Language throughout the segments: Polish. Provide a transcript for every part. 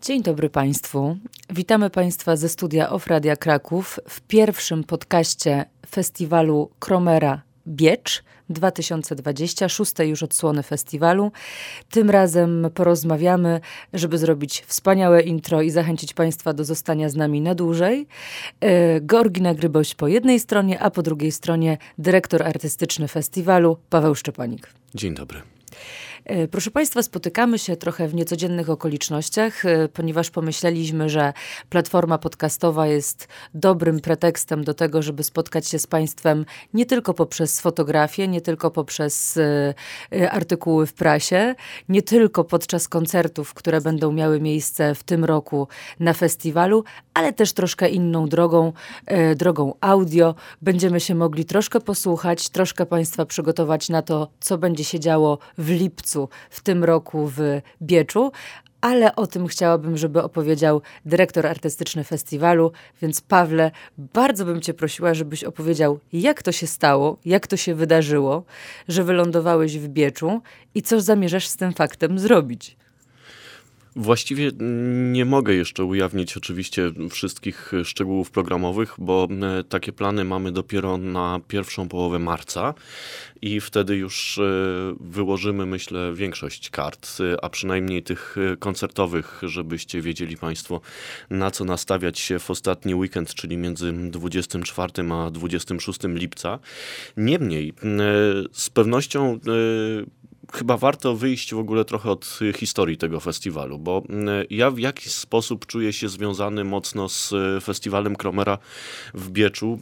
Dzień dobry Państwu. Witamy Państwa ze studia Off Radia Kraków w pierwszym podcaście festiwalu Kromera Biecz 2020, szóstej już odsłony festiwalu. Tym razem porozmawiamy, żeby zrobić wspaniałe intro i zachęcić Państwa do zostania z nami na dłużej. Georgina Gryboś po jednej stronie, a po drugiej stronie dyrektor artystyczny festiwalu Paweł Szczepanik. Dzień dobry. Proszę Państwa, spotykamy się trochę w niecodziennych okolicznościach, ponieważ pomyśleliśmy, że platforma podcastowa jest dobrym pretekstem do tego, żeby spotkać się z Państwem nie tylko poprzez fotografię, nie tylko poprzez artykuły w prasie, nie tylko podczas koncertów, które będą miały miejsce w tym roku na festiwalu, ale też troszkę inną drogą audio. Będziemy się mogli troszkę posłuchać, troszkę Państwa przygotować na to, co będzie się działo w lipcu w tym roku w Bieczu, ale o tym chciałabym, żeby opowiedział dyrektor artystyczny festiwalu, więc Pawle, bardzo bym Cię prosiła, żebyś opowiedział, jak to się stało, jak to się wydarzyło, że wylądowałeś w Bieczu i co zamierzasz z tym faktem zrobić. Właściwie nie mogę jeszcze ujawnić oczywiście wszystkich szczegółów programowych, bo takie plany mamy dopiero na pierwszą połowę marca i wtedy już wyłożymy, myślę, większość kart, a przynajmniej tych koncertowych, żebyście wiedzieli Państwo, na co nastawiać się w ostatni weekend, czyli między 24 a 26 lipca. Niemniej, z pewnością chyba warto wyjść w ogóle trochę od historii tego festiwalu, bo ja w jakiś sposób czuję się związany mocno z festiwalem Kromera w Bieczu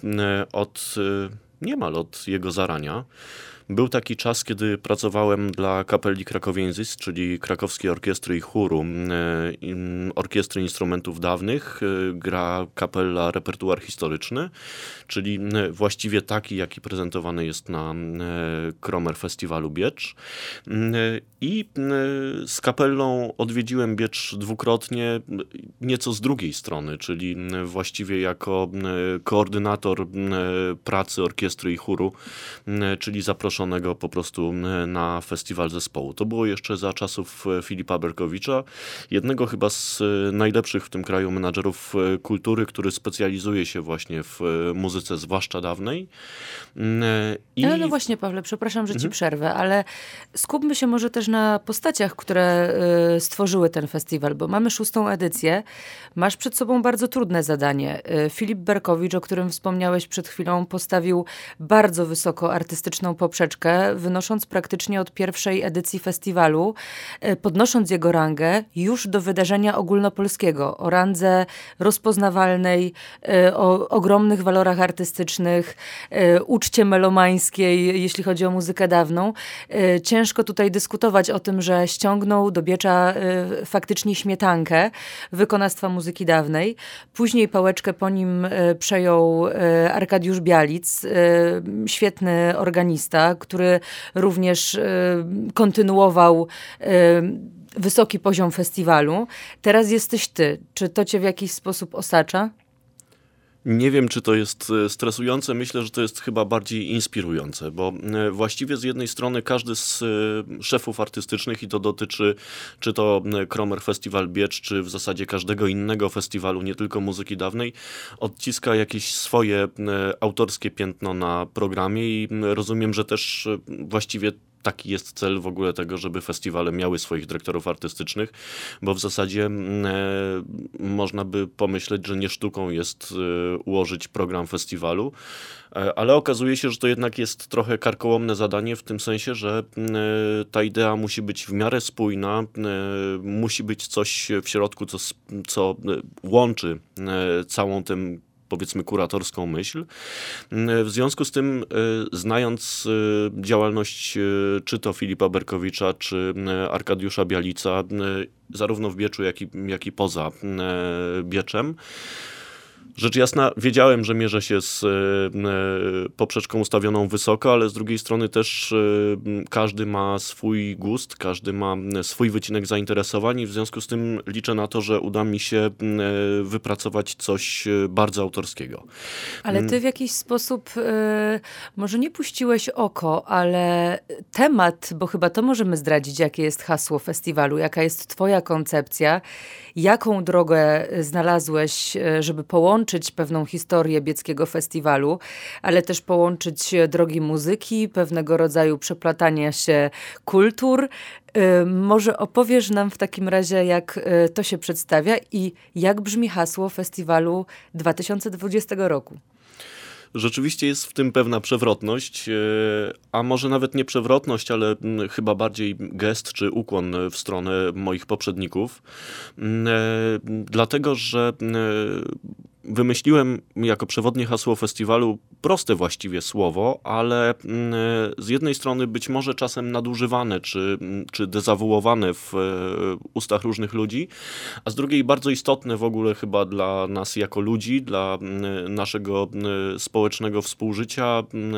niemal od jego zarania. Był taki czas, kiedy pracowałem dla Kapelli Krakowiensis, czyli Krakowskiej Orkiestry i Chóru, Orkiestry Instrumentów Dawnych. Gra kapella repertuar historyczny, czyli właściwie taki, jaki prezentowany jest na Kromer Festiwalu Biecz. I z kapellą odwiedziłem Biecz dwukrotnie, nieco z drugiej strony, czyli właściwie jako koordynator pracy orkiestry i chóru, czyli zaproszonego po prostu na festiwal zespołu. To było jeszcze za czasów Filipa Berkowicza, jednego chyba z najlepszych w tym kraju menadżerów kultury, który specjalizuje się właśnie w muzyce, zwłaszcza dawnej. No właśnie, Pawle, przepraszam, że Ci przerwę, ale skupmy się może też na postaciach, które stworzyły ten festiwal, bo mamy 6. edycję. Masz przed sobą bardzo trudne zadanie. Filip Berkowicz, o którym wspomniałeś przed chwilą, postawił bardzo wysoko artystyczną poprzeczkę, wynosząc praktycznie od pierwszej edycji festiwalu, podnosząc jego rangę już do wydarzenia ogólnopolskiego, o randze rozpoznawalnej, o ogromnych walorach artystycznych, uczcie melomańskiej, jeśli chodzi o muzykę dawną. Ciężko tutaj dyskutować o tym, że ściągnął do Biecza faktycznie śmietankę wykonawstwa muzyki dawnej. Później pałeczkę po nim przejął Arkadiusz Bialic, świetny organista, który również kontynuował wysoki poziom festiwalu. Teraz jesteś ty. Czy to cię w jakiś sposób osacza? Nie wiem, czy to jest stresujące. Myślę, że to jest chyba bardziej inspirujące, bo właściwie z jednej strony każdy z szefów artystycznych, i to dotyczy czy to Kromer Festiwal Biecz, czy w zasadzie każdego innego festiwalu, nie tylko muzyki dawnej, odciska jakieś swoje autorskie piętno na programie i rozumiem, że też właściwie taki jest cel w ogóle tego, żeby festiwale miały swoich dyrektorów artystycznych, bo w zasadzie można by pomyśleć, że nie sztuką jest ułożyć program festiwalu, ale okazuje się, że to jednak jest trochę karkołomne zadanie w tym sensie, że ta idea musi być w miarę spójna, musi być coś w środku, co łączy całą tę, powiedzmy, kuratorską myśl. W związku z tym, znając działalność czy to Filipa Berkowicza, czy Arkadiusza Bialica, zarówno w Bieczu, jak i poza Bieczem, Rzecz jasna, wiedziałem, że mierzę się z poprzeczką ustawioną wysoko, ale z drugiej strony też każdy ma swój gust, każdy ma swój wycinek zainteresowań i w związku z tym liczę na to, że uda mi się wypracować coś bardzo autorskiego. Ale ty w jakiś sposób może nie puściłeś oko, ale temat, bo chyba to możemy zdradzić, jakie jest hasło festiwalu, jaka jest twoja koncepcja, jaką drogę znalazłeś, żeby połączyć pewną historię bieckiego festiwalu, ale też połączyć drogi muzyki, pewnego rodzaju przeplatania się kultur. Może opowiesz nam w takim razie, jak to się przedstawia i jak brzmi hasło festiwalu 2020 roku? Rzeczywiście jest w tym pewna przewrotność, a może nawet nie przewrotność, ale chyba bardziej gest czy ukłon w stronę moich poprzedników. Dlatego, że wymyśliłem jako przewodnie hasło festiwalu proste właściwie słowo, ale z jednej strony być może czasem nadużywane czy dezawuowane w ustach różnych ludzi, a z drugiej bardzo istotne w ogóle chyba dla nas jako ludzi, dla naszego społecznego współżycia,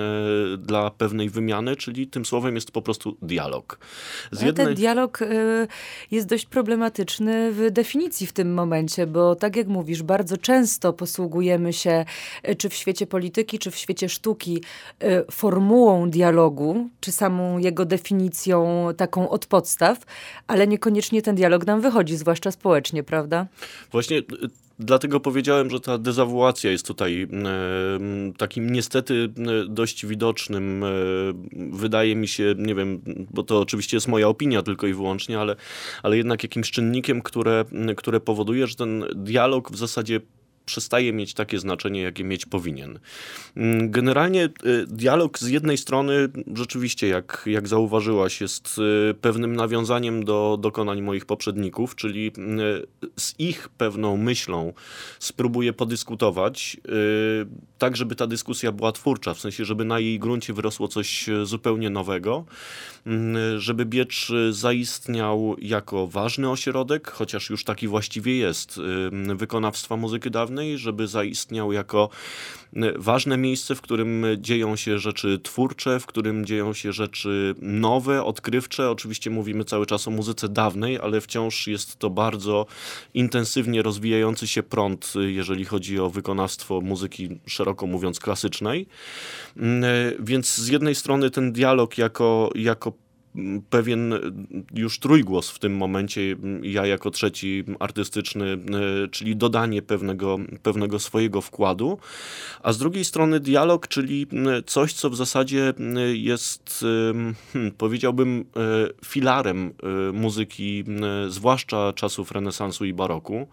dla pewnej wymiany, czyli tym słowem jest po prostu dialog. Ten dialog jest dość problematyczny w definicji w tym momencie, bo tak jak mówisz, bardzo często posługujemy się, czy w świecie polityki, czy w świecie sztuki, formułą dialogu, czy samą jego definicją taką od podstaw, ale niekoniecznie ten dialog nam wychodzi, zwłaszcza społecznie, prawda? Właśnie dlatego powiedziałem, że ta dezawuacja jest tutaj takim niestety dość widocznym, wydaje mi się, nie wiem, bo to oczywiście jest moja opinia tylko i wyłącznie, ale jednak jakimś czynnikiem, które powoduje, że ten dialog w zasadzie przestaje mieć takie znaczenie, jakie mieć powinien. Generalnie dialog z jednej strony rzeczywiście, jak zauważyłaś, jest pewnym nawiązaniem do dokonań moich poprzedników, czyli z ich pewną myślą spróbuję podyskutować, tak żeby ta dyskusja była twórcza, w sensie, żeby na jej gruncie wyrosło coś zupełnie nowego, żeby Biecz zaistniał jako ważny ośrodek, chociaż już taki właściwie jest, wykonawstwa muzyki dawnej, żeby zaistniał jako ważne miejsce, w którym dzieją się rzeczy twórcze, w którym dzieją się rzeczy nowe, odkrywcze. Oczywiście mówimy cały czas o muzyce dawnej, ale wciąż jest to bardzo intensywnie rozwijający się prąd, jeżeli chodzi o wykonawstwo muzyki, szeroko mówiąc, klasycznej. Więc z jednej strony ten dialog jako pewien już trójgłos w tym momencie, ja jako trzeci artystyczny, czyli dodanie pewnego swojego wkładu, a z drugiej strony dialog, czyli coś, co w zasadzie jest, powiedziałbym, filarem muzyki, zwłaszcza czasów renesansu i baroku,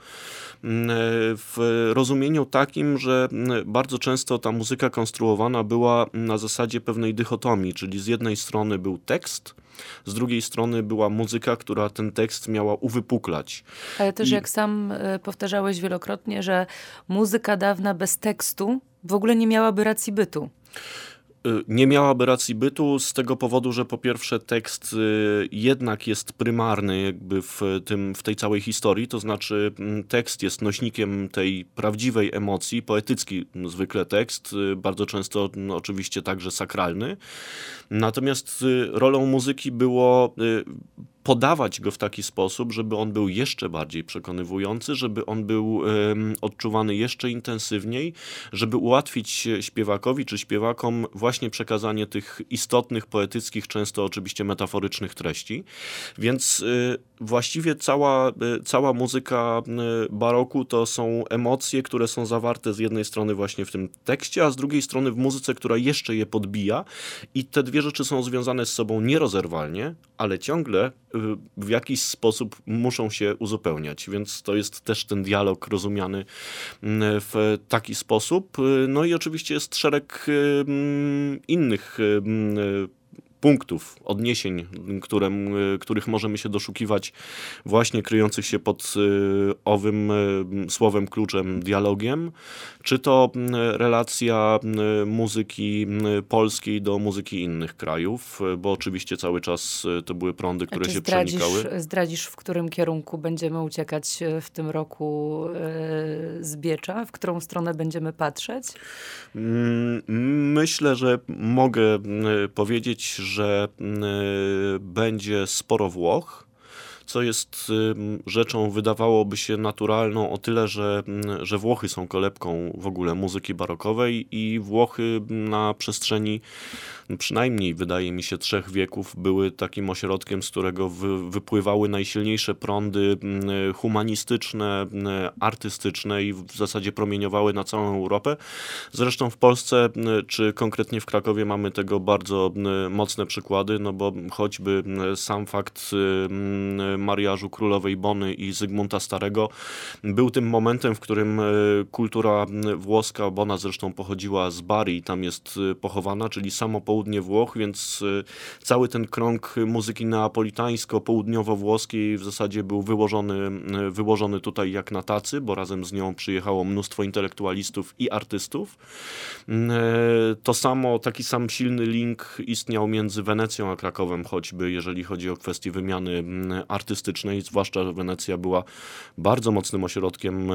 w rozumieniu takim, że bardzo często ta muzyka konstruowana była na zasadzie pewnej dychotomii, czyli z jednej strony był tekst, z drugiej strony była muzyka, która ten tekst miała uwypuklać. Ale też jak sam powtarzałeś wielokrotnie, że muzyka dawna bez tekstu w ogóle nie miałaby racji bytu. Nie miałaby racji bytu z tego powodu, że po pierwsze tekst jednak jest prymarny jakby w tej całej historii, to znaczy tekst jest nośnikiem tej prawdziwej emocji, poetycki zwykle tekst, bardzo często oczywiście także sakralny. Natomiast rolą muzyki było podawać go w taki sposób, żeby on był jeszcze bardziej przekonywujący, żeby on był odczuwany jeszcze intensywniej, żeby ułatwić śpiewakowi czy śpiewakom właśnie przekazanie tych istotnych, poetyckich, często oczywiście metaforycznych treści. Więc właściwie cała muzyka baroku to są emocje, które są zawarte z jednej strony właśnie w tym tekście, a z drugiej strony w muzyce, która jeszcze je podbija i te dwie rzeczy są związane z sobą nierozerwalnie, ale ciągle w jakiś sposób muszą się uzupełniać, więc to jest też ten dialog rozumiany w taki sposób. No i oczywiście jest szereg innych punktów, odniesień, których możemy się doszukiwać właśnie kryjących się pod owym słowem kluczem dialogiem, czy to relacja muzyki polskiej do muzyki innych krajów, bo oczywiście cały czas to były prądy, które się przenikały. Zdradzisz, w którym kierunku będziemy uciekać w tym roku z Biecza? W którą stronę będziemy patrzeć? Myślę, że mogę powiedzieć, że będzie sporo Włoch, co jest rzeczą, wydawałoby się, naturalną o tyle, że Włochy są kolebką w ogóle muzyki barokowej i Włochy na przestrzeni przynajmniej, wydaje mi się, 3 wieków były takim ośrodkiem, z którego wypływały najsilniejsze prądy humanistyczne, artystyczne i w zasadzie promieniowały na całą Europę. Zresztą w Polsce, czy konkretnie w Krakowie, mamy tego bardzo mocne przykłady, no bo choćby sam fakt mariażu królowej Bony i Zygmunta Starego był tym momentem, w którym kultura włoska, Bona zresztą pochodziła z Bari i tam jest pochowana, czyli samo południe Włoch, więc cały ten krąg muzyki neapolitańsko-południowo-włoskiej w zasadzie był wyłożony tutaj jak na tacy, bo razem z nią przyjechało mnóstwo intelektualistów i artystów. Taki sam silny link istniał między Wenecją a Krakowem, choćby jeżeli chodzi o kwestie wymiany artystycznej, zwłaszcza że Wenecja była bardzo mocnym ośrodkiem,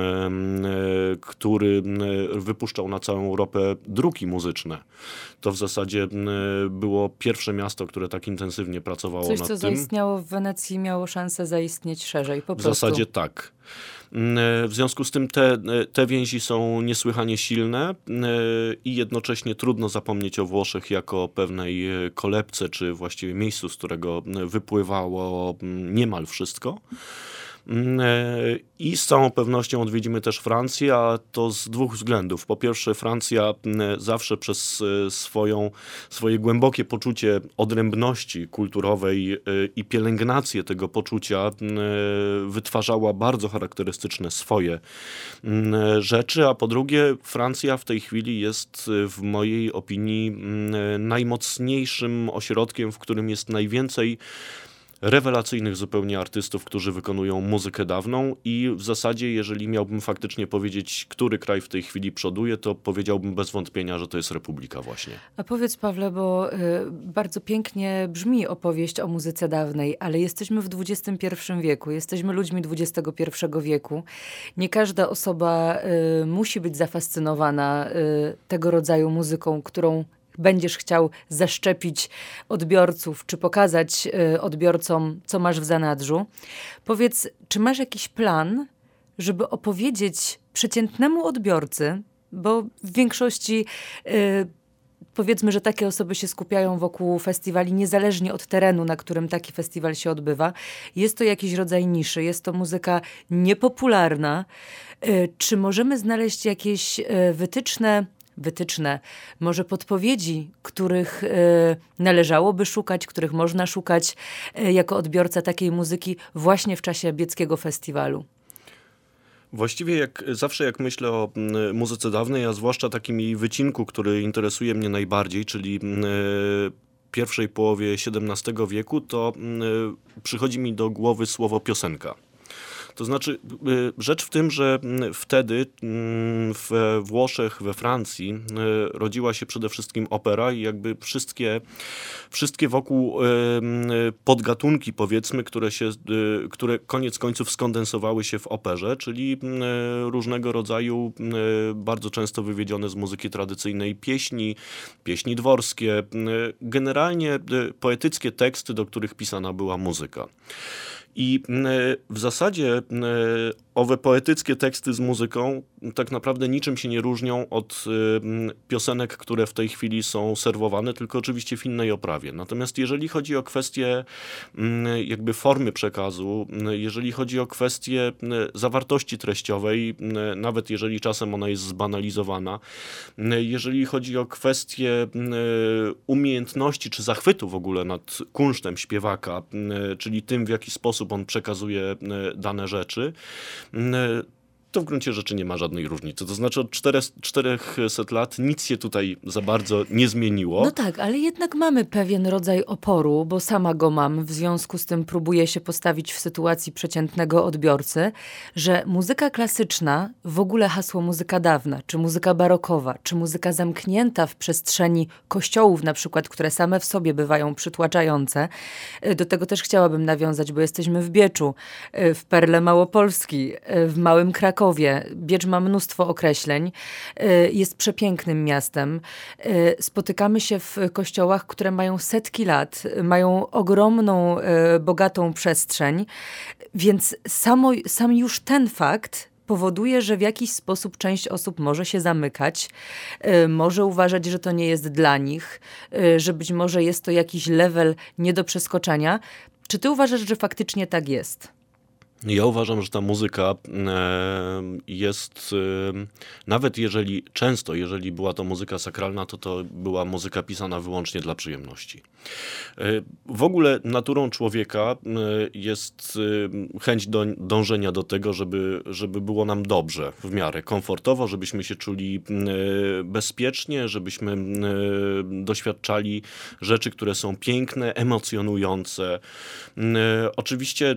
który wypuszczał na całą Europę druki muzyczne. To w zasadzie było pierwsze miasto, które tak intensywnie pracowało nad tym. Coś, co zaistniało w Wenecji, miało szansę zaistnieć szerzej, po prostu. W zasadzie tak. W związku z tym te więzi są niesłychanie silne i jednocześnie trudno zapomnieć o Włoszech jako pewnej kolebce, czy właściwie miejscu, z którego wypływało niemal wszystko. I z całą pewnością odwiedzimy też Francję, a to z 2 względów. Po pierwsze, Francja zawsze przez swoje głębokie poczucie odrębności kulturowej i pielęgnację tego poczucia wytwarzała bardzo charakterystyczne swoje rzeczy, a po drugie, Francja w tej chwili jest w mojej opinii najmocniejszym ośrodkiem, w którym jest najwięcej rewelacyjnych zupełnie artystów, którzy wykonują muzykę dawną i w zasadzie, jeżeli miałbym faktycznie powiedzieć, który kraj w tej chwili przoduje, to powiedziałbym bez wątpienia, że to jest Republika właśnie. A powiedz, Pawle, bo bardzo pięknie brzmi opowieść o muzyce dawnej, ale jesteśmy w XXI wieku, jesteśmy ludźmi XXI wieku. Nie każda osoba musi być zafascynowana tego rodzaju muzyką, którą będziesz chciał zaszczepić odbiorców, czy pokazać odbiorcom, co masz w zanadrzu. Powiedz, czy masz jakiś plan, żeby opowiedzieć przeciętnemu odbiorcy, bo w większości powiedzmy, że takie osoby się skupiają wokół festiwali, niezależnie od terenu, na którym taki festiwal się odbywa. Jest to jakiś rodzaj niszy, jest to muzyka niepopularna. Czy możemy znaleźć jakieś wytyczne, może podpowiedzi, których należałoby szukać, których można szukać jako odbiorca takiej muzyki właśnie w czasie bieckiego festiwalu? Właściwie jak myślę o muzyce dawnej, a zwłaszcza takim jej wycinku, który interesuje mnie najbardziej, czyli pierwszej połowie XVII wieku, to przychodzi mi do głowy słowo piosenka. To znaczy, rzecz w tym, że wtedy we Włoszech, we Francji rodziła się przede wszystkim opera i jakby wszystkie wokół podgatunki, powiedzmy, które koniec końców skondensowały się w operze, czyli różnego rodzaju, bardzo często wywiedzione z muzyki tradycyjnej pieśni dworskie, generalnie poetyckie teksty, do których pisana była muzyka. I w zasadzie owe poetyckie teksty z muzyką tak naprawdę niczym się nie różnią od piosenek, które w tej chwili są serwowane, tylko oczywiście w innej oprawie. Natomiast jeżeli chodzi o kwestię jakby formy przekazu, jeżeli chodzi o kwestię zawartości treściowej, nawet jeżeli czasem ona jest zbanalizowana, jeżeli chodzi o kwestię umiejętności czy zachwytu w ogóle nad kunsztem śpiewaka, czyli tym, w jaki sposób on przekazuje dane rzeczy, to w gruncie rzeczy nie ma żadnej różnicy. To znaczy od 400 lat nic się tutaj za bardzo nie zmieniło. No tak, ale jednak mamy pewien rodzaj oporu, bo sama go mam, w związku z tym próbuję się postawić w sytuacji przeciętnego odbiorcy, że muzyka klasyczna, w ogóle hasło muzyka dawna, czy muzyka barokowa, czy muzyka zamknięta w przestrzeni kościołów na przykład, które same w sobie bywają przytłaczające. Do tego też chciałabym nawiązać, bo jesteśmy w Bieczu, w Perle Małopolski, w Małym Krakowie. Biecz ma mnóstwo określeń. Jest przepięknym miastem. Spotykamy się w kościołach, które mają setki lat, mają ogromną, bogatą przestrzeń, więc sam już ten fakt powoduje, że w jakiś sposób część osób może się zamykać, może uważać, że to nie jest dla nich, że być może jest to jakiś level nie do przeskoczenia. Czy ty uważasz, że faktycznie tak jest? Ja uważam, że ta muzyka jest, nawet jeżeli była to muzyka sakralna, to była muzyka pisana wyłącznie dla przyjemności. W ogóle naturą człowieka jest chęć dążenia do tego, żeby było nam dobrze, w miarę komfortowo, żebyśmy się czuli bezpiecznie, żebyśmy doświadczali rzeczy, które są piękne, emocjonujące. Oczywiście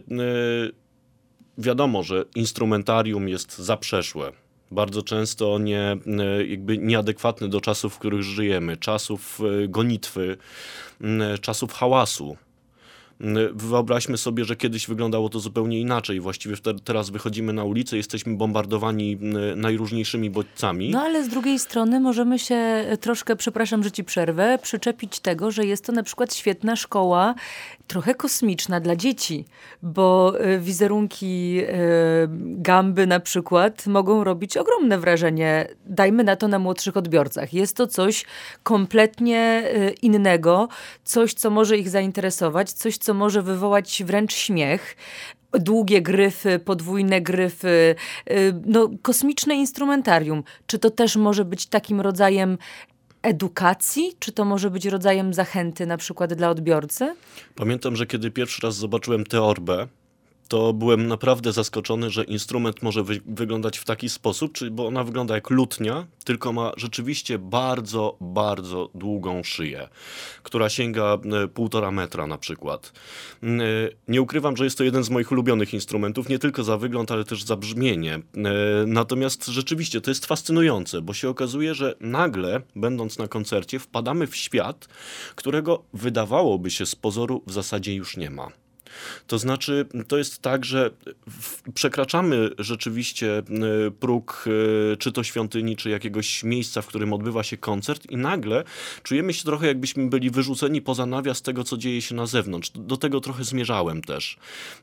wiadomo, że instrumentarium jest zaprzeszłe. Bardzo często nieadekwatne do czasów, w których żyjemy, czasów gonitwy, czasów hałasu. Wyobraźmy sobie, że kiedyś wyglądało to zupełnie inaczej. Właściwie teraz wychodzimy na ulicę, jesteśmy bombardowani najróżniejszymi bodźcami. No ale z drugiej strony możemy się troszkę, przepraszam, że ci przerwę, przyczepić tego, że jest to na przykład świetna szkoła, trochę kosmiczna dla dzieci, bo wizerunki gamby na przykład mogą robić ogromne wrażenie. Dajmy na to na młodszych odbiorcach. Jest to coś kompletnie innego, coś, co może ich zainteresować, coś, co może wywołać wręcz śmiech. Długie gryfy, podwójne gryfy, kosmiczne instrumentarium. Czy to też może być takim rodzajem edukacji? Czy to może być rodzajem zachęty na przykład dla odbiorcy? Pamiętam, że kiedy pierwszy raz zobaczyłem Teorbę, to byłem naprawdę zaskoczony, że instrument może wyglądać w taki sposób, bo ona wygląda jak lutnia, tylko ma rzeczywiście bardzo, bardzo długą szyję, która sięga 1,5 metra na przykład. Nie ukrywam, że jest to jeden z moich ulubionych instrumentów, nie tylko za wygląd, ale też za brzmienie. Natomiast rzeczywiście to jest fascynujące, bo się okazuje, że nagle, będąc na koncercie, wpadamy w świat, którego wydawałoby się z pozoru w zasadzie już nie ma. To znaczy, to jest tak, że przekraczamy rzeczywiście próg czy to świątyni, czy jakiegoś miejsca, w którym odbywa się koncert i nagle czujemy się trochę, jakbyśmy byli wyrzuceni poza nawias tego, co dzieje się na zewnątrz. Do tego trochę zmierzałem też.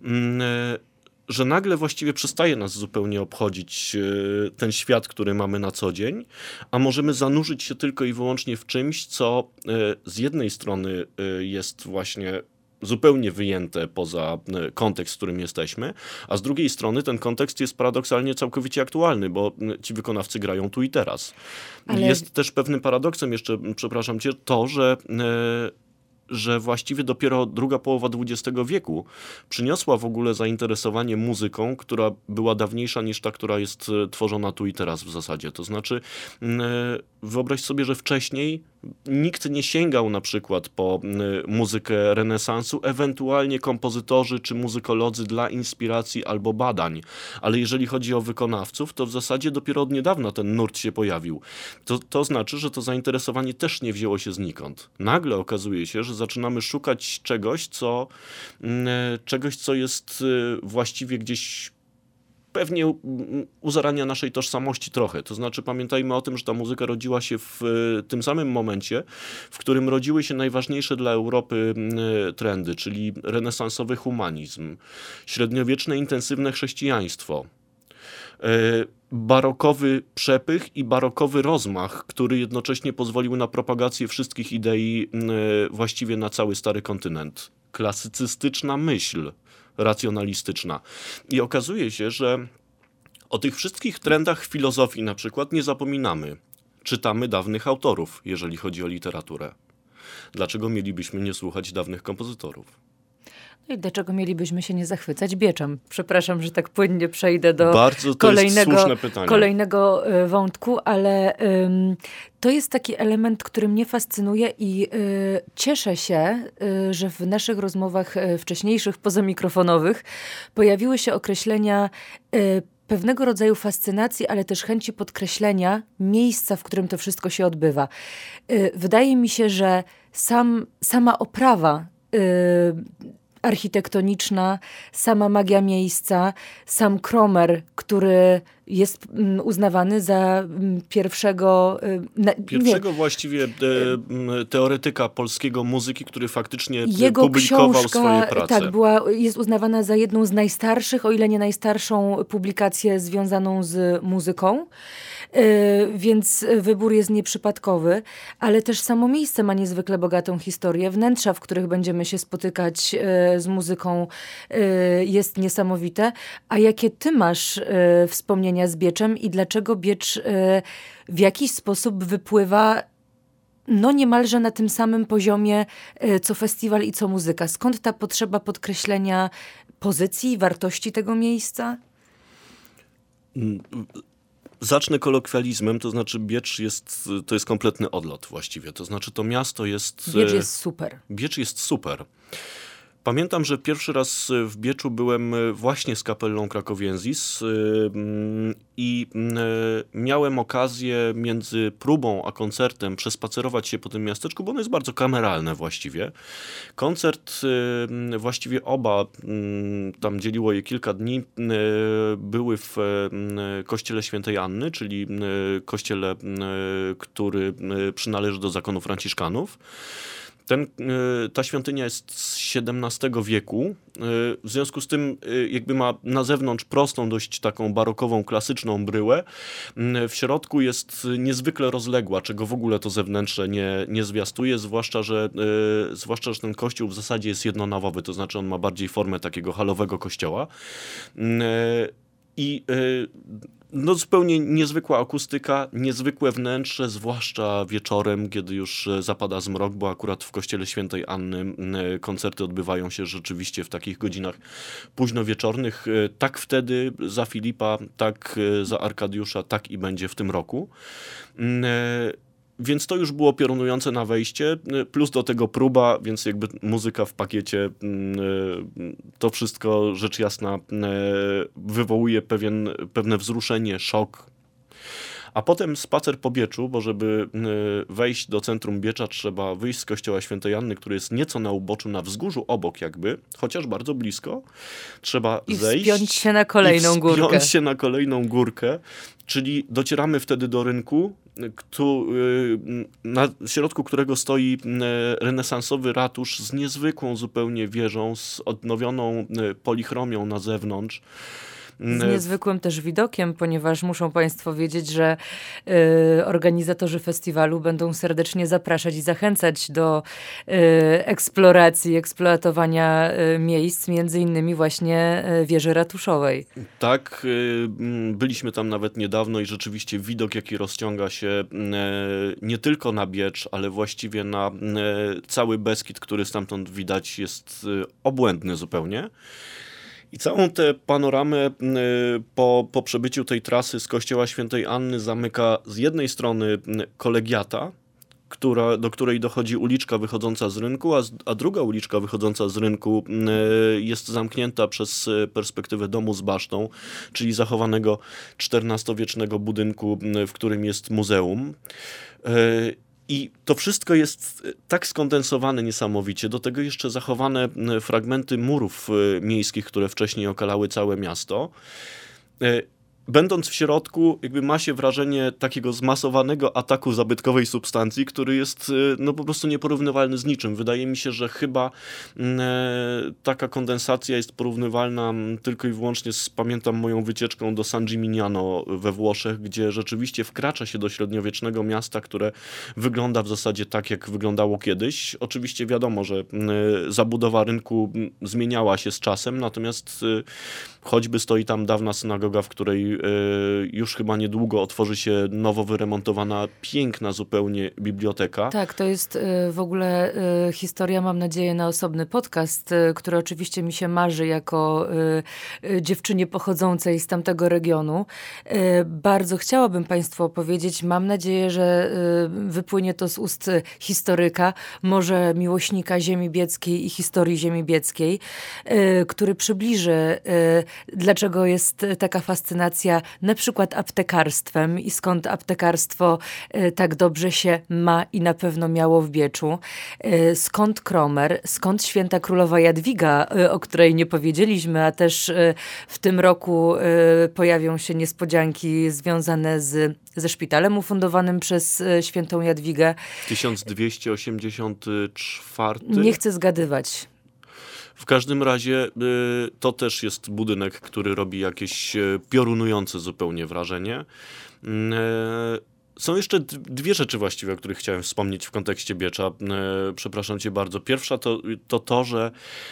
Że nagle właściwie przestaje nas zupełnie obchodzić ten świat, który mamy na co dzień, a możemy zanurzyć się tylko i wyłącznie w czymś, co z jednej strony jest właśnie zupełnie wyjęte poza kontekst, w którym jesteśmy, a z drugiej strony ten kontekst jest paradoksalnie całkowicie aktualny, bo ci wykonawcy grają tu i teraz. Ale jest też pewnym paradoksem jeszcze, przepraszam cię, to, że właściwie dopiero druga połowa XX wieku przyniosła w ogóle zainteresowanie muzyką, która była dawniejsza niż ta, która jest tworzona tu i teraz w zasadzie. To znaczy, wyobraź sobie, że wcześniej nikt nie sięgał na przykład po muzykę renesansu, ewentualnie kompozytorzy czy muzykolodzy dla inspiracji albo badań. Ale jeżeli chodzi o wykonawców, to w zasadzie dopiero od niedawna ten nurt się pojawił. To znaczy, że to zainteresowanie też nie wzięło się znikąd. Nagle okazuje się, że zaczynamy szukać czegoś, co jest właściwie gdzieś pewnie u zarania naszej tożsamości trochę. To znaczy pamiętajmy o tym, że ta muzyka rodziła się w tym samym momencie, w którym rodziły się najważniejsze dla Europy trendy, czyli renesansowy humanizm, średniowieczne intensywne chrześcijaństwo, barokowy przepych i barokowy rozmach, który jednocześnie pozwolił na propagację wszystkich idei właściwie na cały stary kontynent. Klasycystyczna myśl racjonalistyczna. I okazuje się, że o tych wszystkich trendach filozofii na przykład nie zapominamy. Czytamy dawnych autorów, jeżeli chodzi o literaturę. Dlaczego mielibyśmy nie słuchać dawnych kompozytorów? No i dlaczego mielibyśmy się nie zachwycać Bieczem? Przepraszam, że tak płynnie przejdę do Bardzo to jest słuszne pytanie. Kolejnego wątku, ale to jest taki element, który mnie fascynuje i cieszę się, że w naszych rozmowach wcześniejszych, pozamikrofonowych, pojawiły się określenia pewnego rodzaju fascynacji, ale też chęci podkreślenia miejsca, w którym to wszystko się odbywa. Wydaje mi się, że sama oprawa architektoniczna, sama magia miejsca, sam Kromer, który jest uznawany za pierwszego właściwie teoretyka polskiego muzyki, który faktycznie jego publikował książka, swoje prace. Tak, jest uznawana za jedną z najstarszych, o ile nie najstarszą publikację związaną z muzyką. Więc wybór jest nieprzypadkowy, ale też samo miejsce ma niezwykle bogatą historię. Wnętrza, w których będziemy się spotykać z muzyką, jest niesamowite. A jakie ty masz wspomnienia z Bieczem i dlaczego Biecz w jakiś sposób wypływa niemalże na tym samym poziomie, co festiwal i co muzyka? Skąd ta potrzeba podkreślenia pozycji, wartości tego miejsca? Zacznę kolokwializmem, to znaczy Biecz to jest kompletny odlot właściwie. To znaczy to miasto jest... Biecz jest super. Biecz jest super. Pamiętam, że pierwszy raz w Bieczu byłem właśnie z kapellą Krakowiensis i miałem okazję między próbą a koncertem przespacerować się po tym miasteczku, bo ono jest bardzo kameralne właściwie. Koncert, właściwie oba, tam dzieliło je kilka dni, były w kościele Świętej Anny, czyli kościele, który przynależy do zakonu franciszkanów. Ta świątynia jest z XVII wieku, w związku z tym jakby ma na zewnątrz prostą, dość taką barokową, klasyczną bryłę. W środku jest niezwykle rozległa, czego w ogóle to zewnętrze nie zwiastuje, zwłaszcza, że ten kościół w zasadzie jest jednonawowy, to znaczy on ma bardziej formę takiego halowego kościoła. I zupełnie niezwykła akustyka, niezwykłe wnętrze, zwłaszcza wieczorem, kiedy już zapada zmrok, bo akurat w kościele Świętej Anny koncerty odbywają się rzeczywiście w takich godzinach późnowieczornych. Tak wtedy za Filipa, tak za Arkadiusza, tak i będzie w tym roku. Więc to już było piorunujące na wejście, plus do tego próba, więc jakby muzyka w pakiecie, to wszystko rzecz jasna wywołuje pewne wzruszenie, szok. A potem spacer po Bieczu, bo żeby wejść do centrum Biecza, trzeba wyjść z kościoła Świętej Anny, który jest nieco na uboczu, na wzgórzu obok jakby, chociaż bardzo blisko. Trzeba zejść i wspiąć się na kolejną górkę. Czyli docieramy wtedy do rynku, na środku którego stoi renesansowy ratusz z niezwykłą zupełnie wieżą, z odnowioną polichromią na zewnątrz. Z niezwykłym też widokiem, ponieważ muszą państwo wiedzieć, że organizatorzy festiwalu będą serdecznie zapraszać i zachęcać do eksploracji, eksploatowania miejsc, między innymi właśnie wieży ratuszowej. Tak, byliśmy tam nawet niedawno i rzeczywiście widok, jaki rozciąga się nie tylko na Biecz, ale właściwie na cały Beskid, który stamtąd widać, jest obłędny zupełnie. I całą tę panoramę po przebyciu tej trasy z kościoła Świętej Anny zamyka z jednej strony kolegiata, do której dochodzi uliczka wychodząca z rynku, a druga uliczka wychodząca z rynku jest zamknięta przez perspektywę domu z basztą, czyli zachowanego XIV-wiecznego budynku, w którym jest muzeum. I to wszystko jest tak skondensowane niesamowicie. Do tego jeszcze zachowane fragmenty murów miejskich, które wcześniej okalały całe miasto. Będąc w środku, jakby ma się wrażenie takiego zmasowanego ataku zabytkowej substancji, który jest po prostu nieporównywalny z niczym. Wydaje mi się, że chyba taka kondensacja jest porównywalna tylko i wyłącznie pamiętam moją wycieczką do San Gimignano we Włoszech, gdzie rzeczywiście wkracza się do średniowiecznego miasta, które wygląda w zasadzie tak, jak wyglądało kiedyś. Oczywiście wiadomo, że zabudowa rynku zmieniała się z czasem, natomiast choćby stoi tam dawna synagoga, w której już chyba niedługo otworzy się nowo wyremontowana, piękna zupełnie biblioteka. Tak, to jest w ogóle historia, mam nadzieję, na osobny podcast, który oczywiście mi się marzy jako dziewczynie pochodzącej z tamtego regionu. Bardzo chciałabym Państwu opowiedzieć, mam nadzieję, że wypłynie to z ust historyka, może miłośnika ziemi bieckiej i historii ziemi bieckiej, który przybliży, dlaczego jest taka fascynacja na przykład aptekarstwem i skąd aptekarstwo tak dobrze się ma i na pewno miało w Bieczu. Skąd Kromer, skąd święta królowa Jadwiga, o której nie powiedzieliśmy, a też w tym roku pojawią się niespodzianki związane ze szpitalem ufundowanym przez świętą Jadwigę. 1284? Nie chcę zgadywać. W każdym razie to też jest budynek, który robi jakieś piorunujące zupełnie wrażenie. Są jeszcze dwie rzeczy właściwie, o których chciałem wspomnieć w kontekście Biecza. Przepraszam cię bardzo. Pierwsza to, że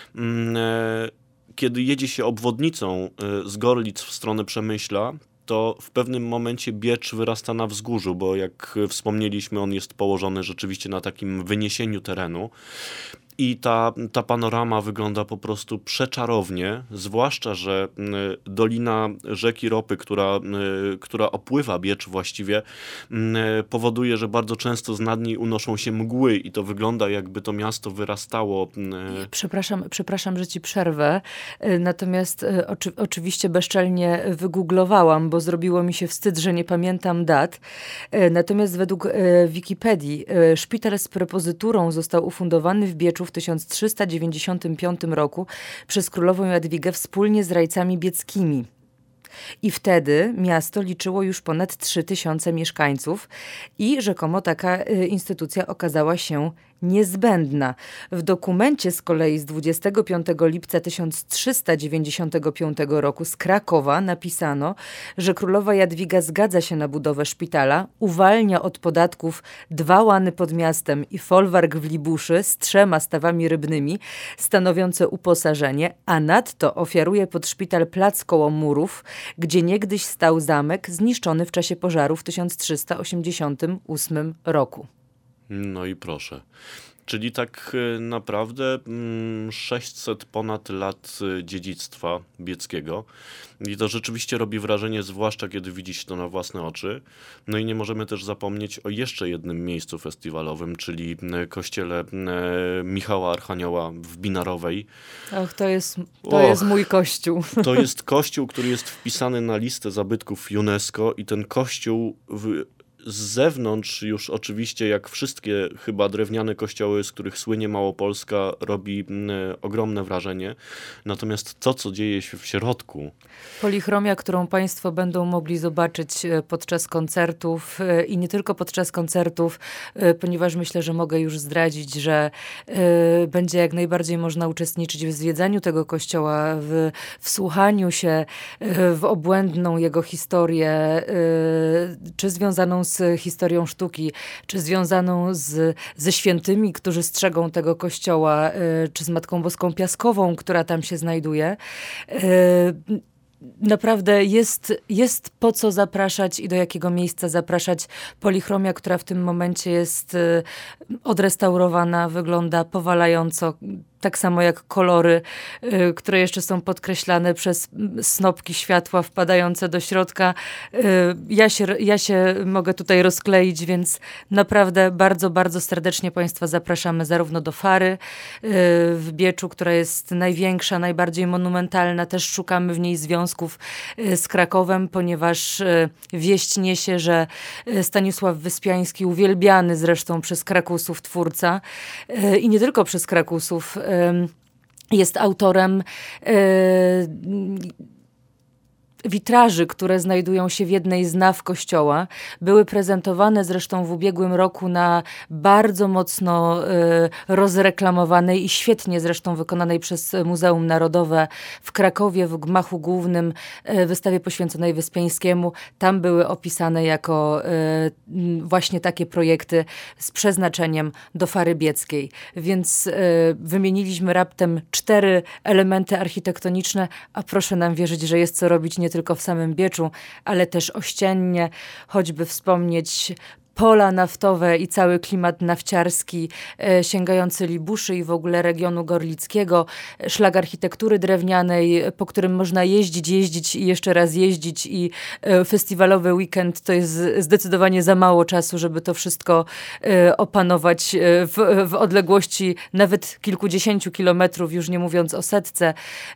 kiedy jedzie się obwodnicą z Gorlic w stronę Przemyśla, to w pewnym momencie Biecz wyrasta na wzgórzu, bo jak wspomnieliśmy, on jest położony rzeczywiście na takim wyniesieniu terenu. I ta panorama wygląda po prostu przeczarownie, zwłaszcza, że dolina rzeki Ropy, która opływa Biecz właściwie, powoduje, że bardzo często z nad niej unoszą się mgły i to wygląda, jakby to miasto wyrastało. Przepraszam, że ci przerwę, natomiast oczywiście bezczelnie wygooglowałam, bo zrobiło mi się wstyd, że nie pamiętam dat. Natomiast według Wikipedii szpital z prepozyturą został ufundowany w Bieczu w 1395 roku przez królową Jadwigę wspólnie z rajcami bieckimi. I wtedy miasto liczyło już ponad 3000 mieszkańców i rzekomo taka instytucja okazała się niezbędna. W dokumencie z kolei z 25 lipca 1395 roku z Krakowa napisano, że królowa Jadwiga zgadza się na budowę szpitala, uwalnia od podatków 2 łany pod miastem i folwark w Libuszy z 3 stawami rybnymi stanowiące uposażenie, a nadto ofiaruje pod szpital plac koło murów, gdzie niegdyś stał zamek zniszczony w czasie pożaru w 1388 roku. No i proszę. Czyli tak naprawdę 600 ponad lat dziedzictwa bieckiego. I to rzeczywiście robi wrażenie, zwłaszcza kiedy widzi się to na własne oczy. No i nie możemy też zapomnieć o jeszcze jednym miejscu festiwalowym, czyli kościele Michała Archanioła w Binarowej. Och, to jest mój kościół. To jest kościół, który jest wpisany na listę zabytków UNESCO i ten kościół z zewnątrz już oczywiście, jak wszystkie chyba drewniane kościoły, z których słynie Małopolska, robi ogromne wrażenie. Natomiast to, co dzieje się w środku... Polichromia, którą Państwo będą mogli zobaczyć podczas koncertów i nie tylko podczas koncertów, ponieważ myślę, że mogę już zdradzić, że będzie jak najbardziej można uczestniczyć w zwiedzaniu tego kościoła, w wsłuchaniu się w obłędną jego historię, czy związaną z historią sztuki, czy związaną ze świętymi, którzy strzegą tego kościoła, czy z Matką Boską Piaskową, która tam się znajduje. Naprawdę jest po co zapraszać i do jakiego miejsca zapraszać. Polichromia, która w tym momencie jest odrestaurowana, wygląda powalająco. Tak samo jak kolory, które jeszcze są podkreślane przez snopki światła wpadające do środka. Ja się mogę tutaj rozkleić, więc naprawdę bardzo, bardzo serdecznie Państwa zapraszamy zarówno do Fary w Bieczu, która jest największa, najbardziej monumentalna. Też szukamy w niej związków z Krakowem, ponieważ wieść niesie, że Stanisław Wyspiański, uwielbiany zresztą przez Krakusów twórca i nie tylko przez Krakusów, jest autorem witraży, które znajdują się w jednej z naw kościoła. Były prezentowane zresztą w ubiegłym roku na bardzo mocno rozreklamowanej i świetnie zresztą wykonanej przez Muzeum Narodowe w Krakowie, w gmachu głównym, wystawie poświęconej Wyspiańskiemu. Tam były opisane jako właśnie takie projekty z przeznaczeniem do Fary Bieckiej. Więc wymieniliśmy raptem 4 elementy architektoniczne, a proszę nam wierzyć, że jest co robić nie tylko w samym Bieczu, ale też ościennie, choćby wspomnieć pola naftowe i cały klimat nafciarski sięgający Libuszy i w ogóle regionu gorlickiego, szlak architektury drewnianej, po którym można jeździć i jeszcze raz jeździć i festiwalowy weekend to jest zdecydowanie za mało czasu, żeby to wszystko opanować w odległości nawet kilkudziesięciu kilometrów, już nie mówiąc o setce.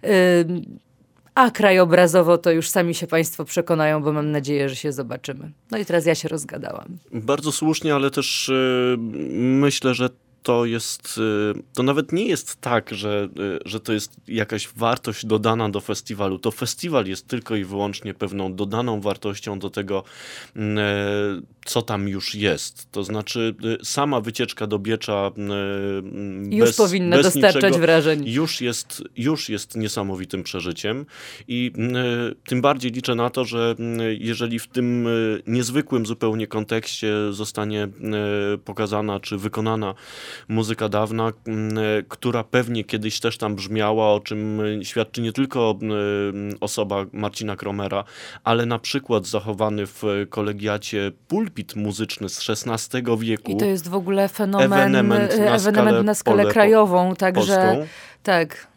A krajobrazowo to już sami się Państwo przekonają, bo mam nadzieję, że się zobaczymy. No i teraz ja się rozgadałam. Bardzo słusznie, ale też myślę, że to nawet nie jest tak, że to jest jakaś wartość dodana do festiwalu. To festiwal jest tylko i wyłącznie pewną dodaną wartością do tego, co tam już jest. To znaczy sama wycieczka do Biecza już powinna dostarczać niczego, wrażeń. Już jest niesamowitym przeżyciem i tym bardziej liczę na to, że jeżeli w tym niezwykłym zupełnie kontekście zostanie pokazana czy wykonana muzyka dawna, która pewnie kiedyś też tam brzmiała, o czym świadczy nie tylko osoba Marcina Kromera, ale na przykład zachowany w kolegiacie pulpit muzyczny z XVI wieku. I to jest w ogóle ewenement na skalę krajową, także tak.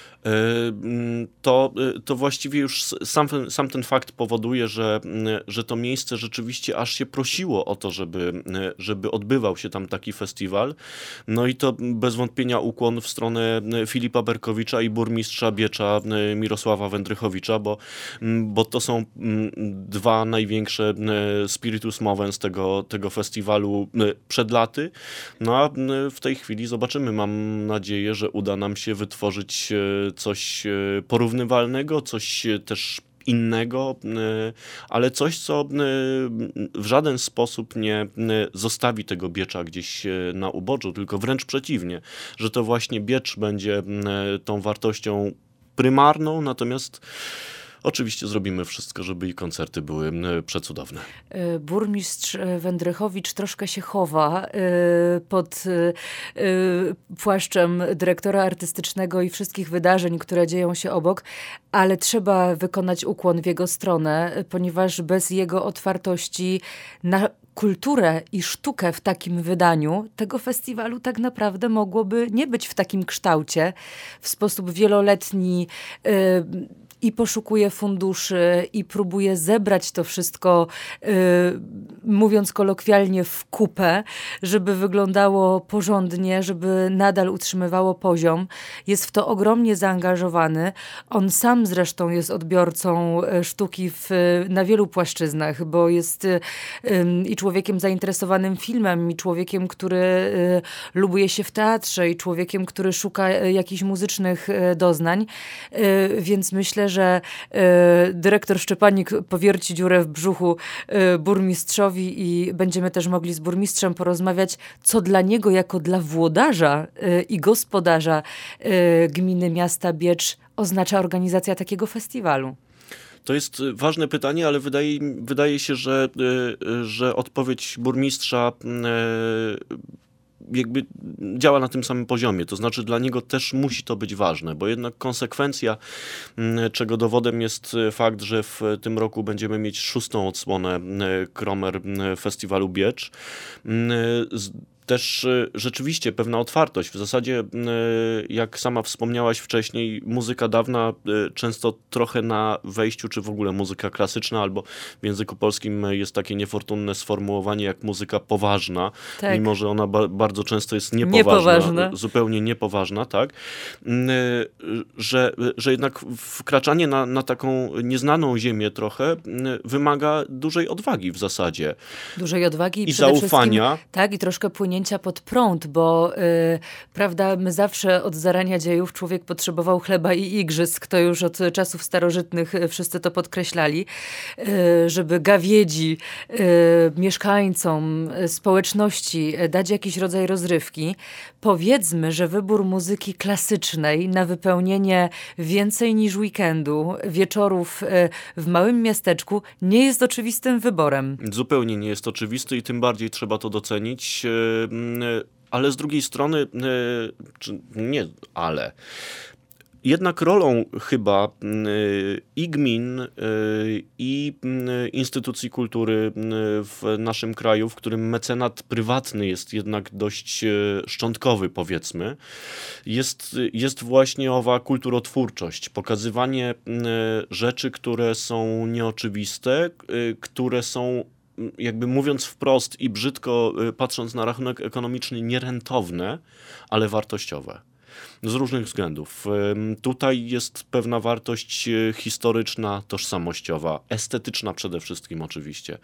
To właściwie już sam ten fakt powoduje, że to miejsce rzeczywiście aż się prosiło o to, żeby odbywał się tam taki festiwal. No i to bez wątpienia ukłon w stronę Filipa Berkowicza i burmistrza Biecza Mirosława Wędrychowicza, bo to są dwa największe spiritus movens tego festiwalu przed laty. No a w tej chwili zobaczymy. Mam nadzieję, że uda nam się wytworzyć coś porównywalnego, coś też innego, ale coś, co w żaden sposób nie zostawi tego Biecza gdzieś na uboczu, tylko wręcz przeciwnie, że to właśnie Biecz będzie tą wartością prymarną, natomiast oczywiście zrobimy wszystko, żeby i koncerty były przecudowne. Burmistrz Wędrychowicz troszkę się chowa pod płaszczem dyrektora artystycznego i wszystkich wydarzeń, które dzieją się obok, ale trzeba wykonać ukłon w jego stronę, ponieważ bez jego otwartości na kulturę i sztukę w takim wydaniu tego festiwalu tak naprawdę mogłoby nie być w takim kształcie, w sposób wieloletni, i poszukuje funduszy i próbuje zebrać to wszystko, mówiąc kolokwialnie, w kupę, żeby wyglądało porządnie, żeby nadal utrzymywało poziom. Jest w to ogromnie zaangażowany. On sam zresztą jest odbiorcą sztuki na wielu płaszczyznach, bo jest i człowiekiem zainteresowanym filmem, i człowiekiem, który lubuje się w teatrze, i człowiekiem, który szuka jakichś muzycznych doznań. Więc myślę, że dyrektor Szczepanik powierci dziurę w brzuchu burmistrzowi i będziemy też mogli z burmistrzem porozmawiać, co dla niego jako dla włodarza i gospodarza gminy miasta Biecz oznacza organizacja takiego festiwalu. To jest ważne pytanie, ale wydaje się, że odpowiedź burmistrza jakby działa na tym samym poziomie. To znaczy dla niego też musi to być ważne, bo jednak konsekwencja, czego dowodem jest fakt, że w tym roku będziemy mieć 6. odsłonę Kromer Festiwalu Biecz. Też rzeczywiście pewna otwartość. W zasadzie, jak sama wspomniałaś wcześniej, muzyka dawna często trochę na wejściu, czy w ogóle muzyka klasyczna, albo w języku polskim jest takie niefortunne sformułowanie jak muzyka poważna, tak. Mimo że ona bardzo często jest niepoważna. Zupełnie niepoważna, tak? Że jednak wkraczanie na taką nieznaną ziemię trochę wymaga dużej odwagi w zasadzie. Dużej odwagi i zaufania. Tak, i troszkę płynięcia pod prąd, bo prawda, my zawsze od zarania dziejów człowiek potrzebował chleba i igrzysk. To już od czasów starożytnych wszyscy to podkreślali, żeby gawiedzi, mieszkańcom, społeczności dać jakiś rodzaj rozrywki. Powiedzmy, że wybór muzyki klasycznej na wypełnienie więcej niż weekendu, wieczorów w małym miasteczku nie jest oczywistym wyborem. Zupełnie nie jest oczywisty i tym bardziej trzeba to docenić. Ale z drugiej strony, Jednak rolą chyba i gmin, i instytucji kultury w naszym kraju, w którym mecenat prywatny jest jednak dość szczątkowy, powiedzmy, jest właśnie owa kulturotwórczość, pokazywanie rzeczy, które są nieoczywiste, które są, jakby mówiąc wprost i brzydko patrząc na rachunek ekonomiczny, nierentowne, ale wartościowe. Z różnych względów. Tutaj jest pewna wartość historyczna, tożsamościowa, estetyczna przede wszystkim oczywiście.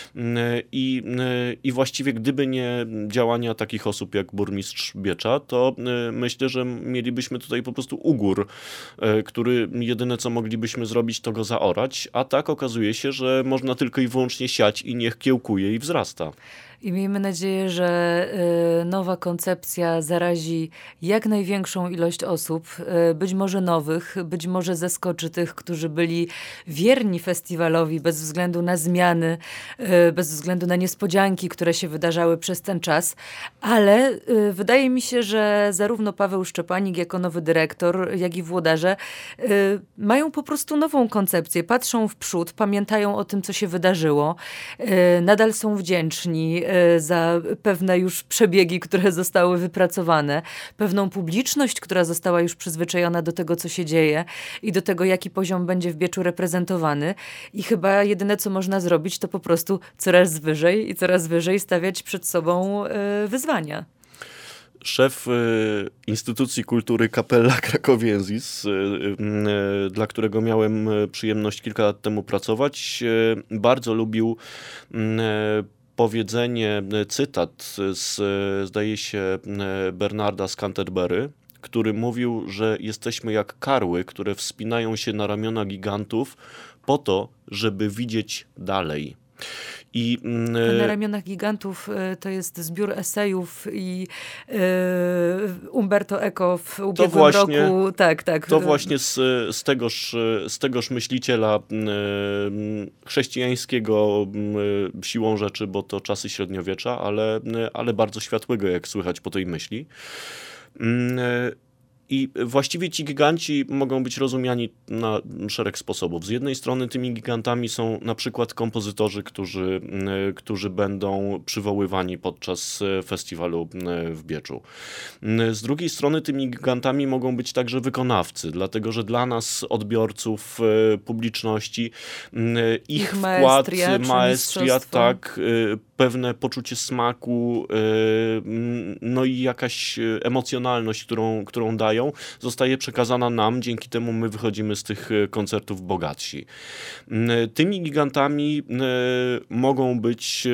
I właściwie gdyby nie działania takich osób jak burmistrz Biecza, to myślę, że mielibyśmy tutaj po prostu ugór, który jedyne co moglibyśmy zrobić, to go zaorać, a tak okazuje się, że można tylko i wyłącznie siać i niech kiełkuje i wzrasta. I miejmy nadzieję, że nowa koncepcja zarazi jak największą ilość osób, być może nowych, być może zaskoczy tych, którzy byli wierni festiwalowi bez względu na zmiany, bez względu na niespodzianki, które się wydarzały przez ten czas, ale wydaje mi się, że zarówno Paweł Szczepanik jako nowy dyrektor, jak i włodarze mają po prostu nową koncepcję, patrzą w przód, pamiętają o tym, co się wydarzyło, nadal są wdzięczni za pewne już przebiegi, które zostały wypracowane, pewną publiczność, która została już przyzwyczajona do tego, co się dzieje i do tego, jaki poziom będzie w Bieczu reprezentowany. I chyba jedyne, co można zrobić, to po prostu coraz wyżej i coraz wyżej stawiać przed sobą wyzwania. Szef Instytucji Kultury Capella Cracoviensis, dla którego miałem przyjemność kilka lat temu pracować, bardzo lubił powiedzenie, cytat zdaje się, Bernarda z Canterbury, który mówił, że jesteśmy jak karły, które wspinają się na ramiona gigantów po to, żeby widzieć dalej. Na ramionach gigantów to jest zbiór esejów i Umberto Eco w ubiegłym roku. Tak. To właśnie z tegoż myśliciela chrześcijańskiego siłą rzeczy, bo to czasy średniowiecza, ale bardzo światłego, jak słychać po tej myśli. I właściwie ci giganci mogą być rozumiani na szereg sposobów. Z jednej strony tymi gigantami są na przykład kompozytorzy, którzy będą przywoływani podczas festiwalu w Bieczu. Z drugiej strony tymi gigantami mogą być także wykonawcy, dlatego że dla nas, odbiorców, publiczności, ich wkład, maestria, tak, pewne poczucie smaku, no i jakaś emocjonalność, którą dają, zostaje przekazana nam, dzięki temu my wychodzimy z tych koncertów bogatsi. Tymi gigantami mogą być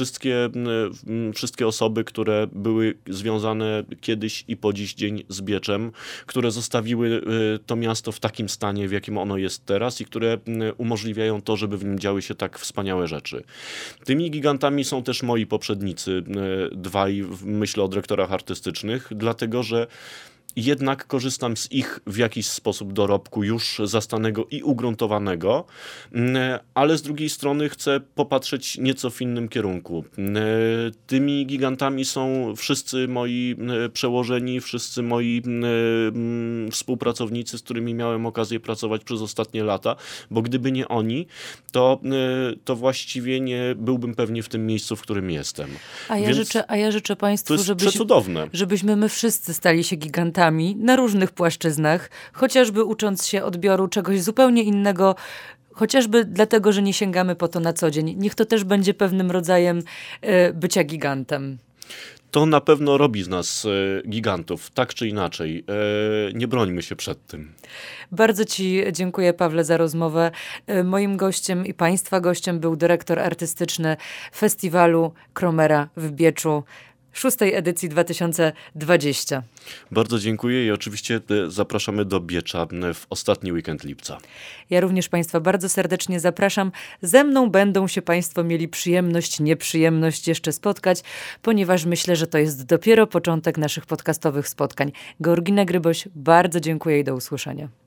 wszystkie osoby, które były związane kiedyś i po dziś dzień z Bieczem, które zostawiły to miasto w takim stanie, w jakim ono jest teraz i które umożliwiają to, żeby w nim działy się tak wspaniałe rzeczy. Tymi gigantami są też moi poprzednicy, dwaj, myślę o dyrektorach artystycznych, dlatego że jednak korzystam z ich w jakiś sposób dorobku już zastanego i ugruntowanego, ale z drugiej strony chcę popatrzeć nieco w innym kierunku. Tymi gigantami są wszyscy moi przełożeni, wszyscy moi współpracownicy, z którymi miałem okazję pracować przez ostatnie lata, bo gdyby nie oni, to właściwie nie byłbym pewnie w tym miejscu, w którym jestem. A ja życzę Państwu, żebyśmy my wszyscy stali się gigantami na różnych płaszczyznach, chociażby ucząc się odbioru czegoś zupełnie innego, chociażby dlatego, że nie sięgamy po to na co dzień. Niech to też będzie pewnym rodzajem bycia gigantem. To na pewno robi z nas gigantów, tak czy inaczej. Nie brońmy się przed tym. Bardzo Ci dziękuję, Pawle, za rozmowę. Moim gościem i Państwa gościem był dyrektor artystyczny festiwalu Kromera w Bieczu, 6. edycji 2020. Bardzo dziękuję i oczywiście zapraszamy do Biecza w ostatni weekend lipca. Ja również Państwa bardzo serdecznie zapraszam. Ze mną będą się Państwo mieli przyjemność, nieprzyjemność jeszcze spotkać, ponieważ myślę, że to jest dopiero początek naszych podcastowych spotkań. Georgina Gryboś, bardzo dziękuję i do usłyszenia.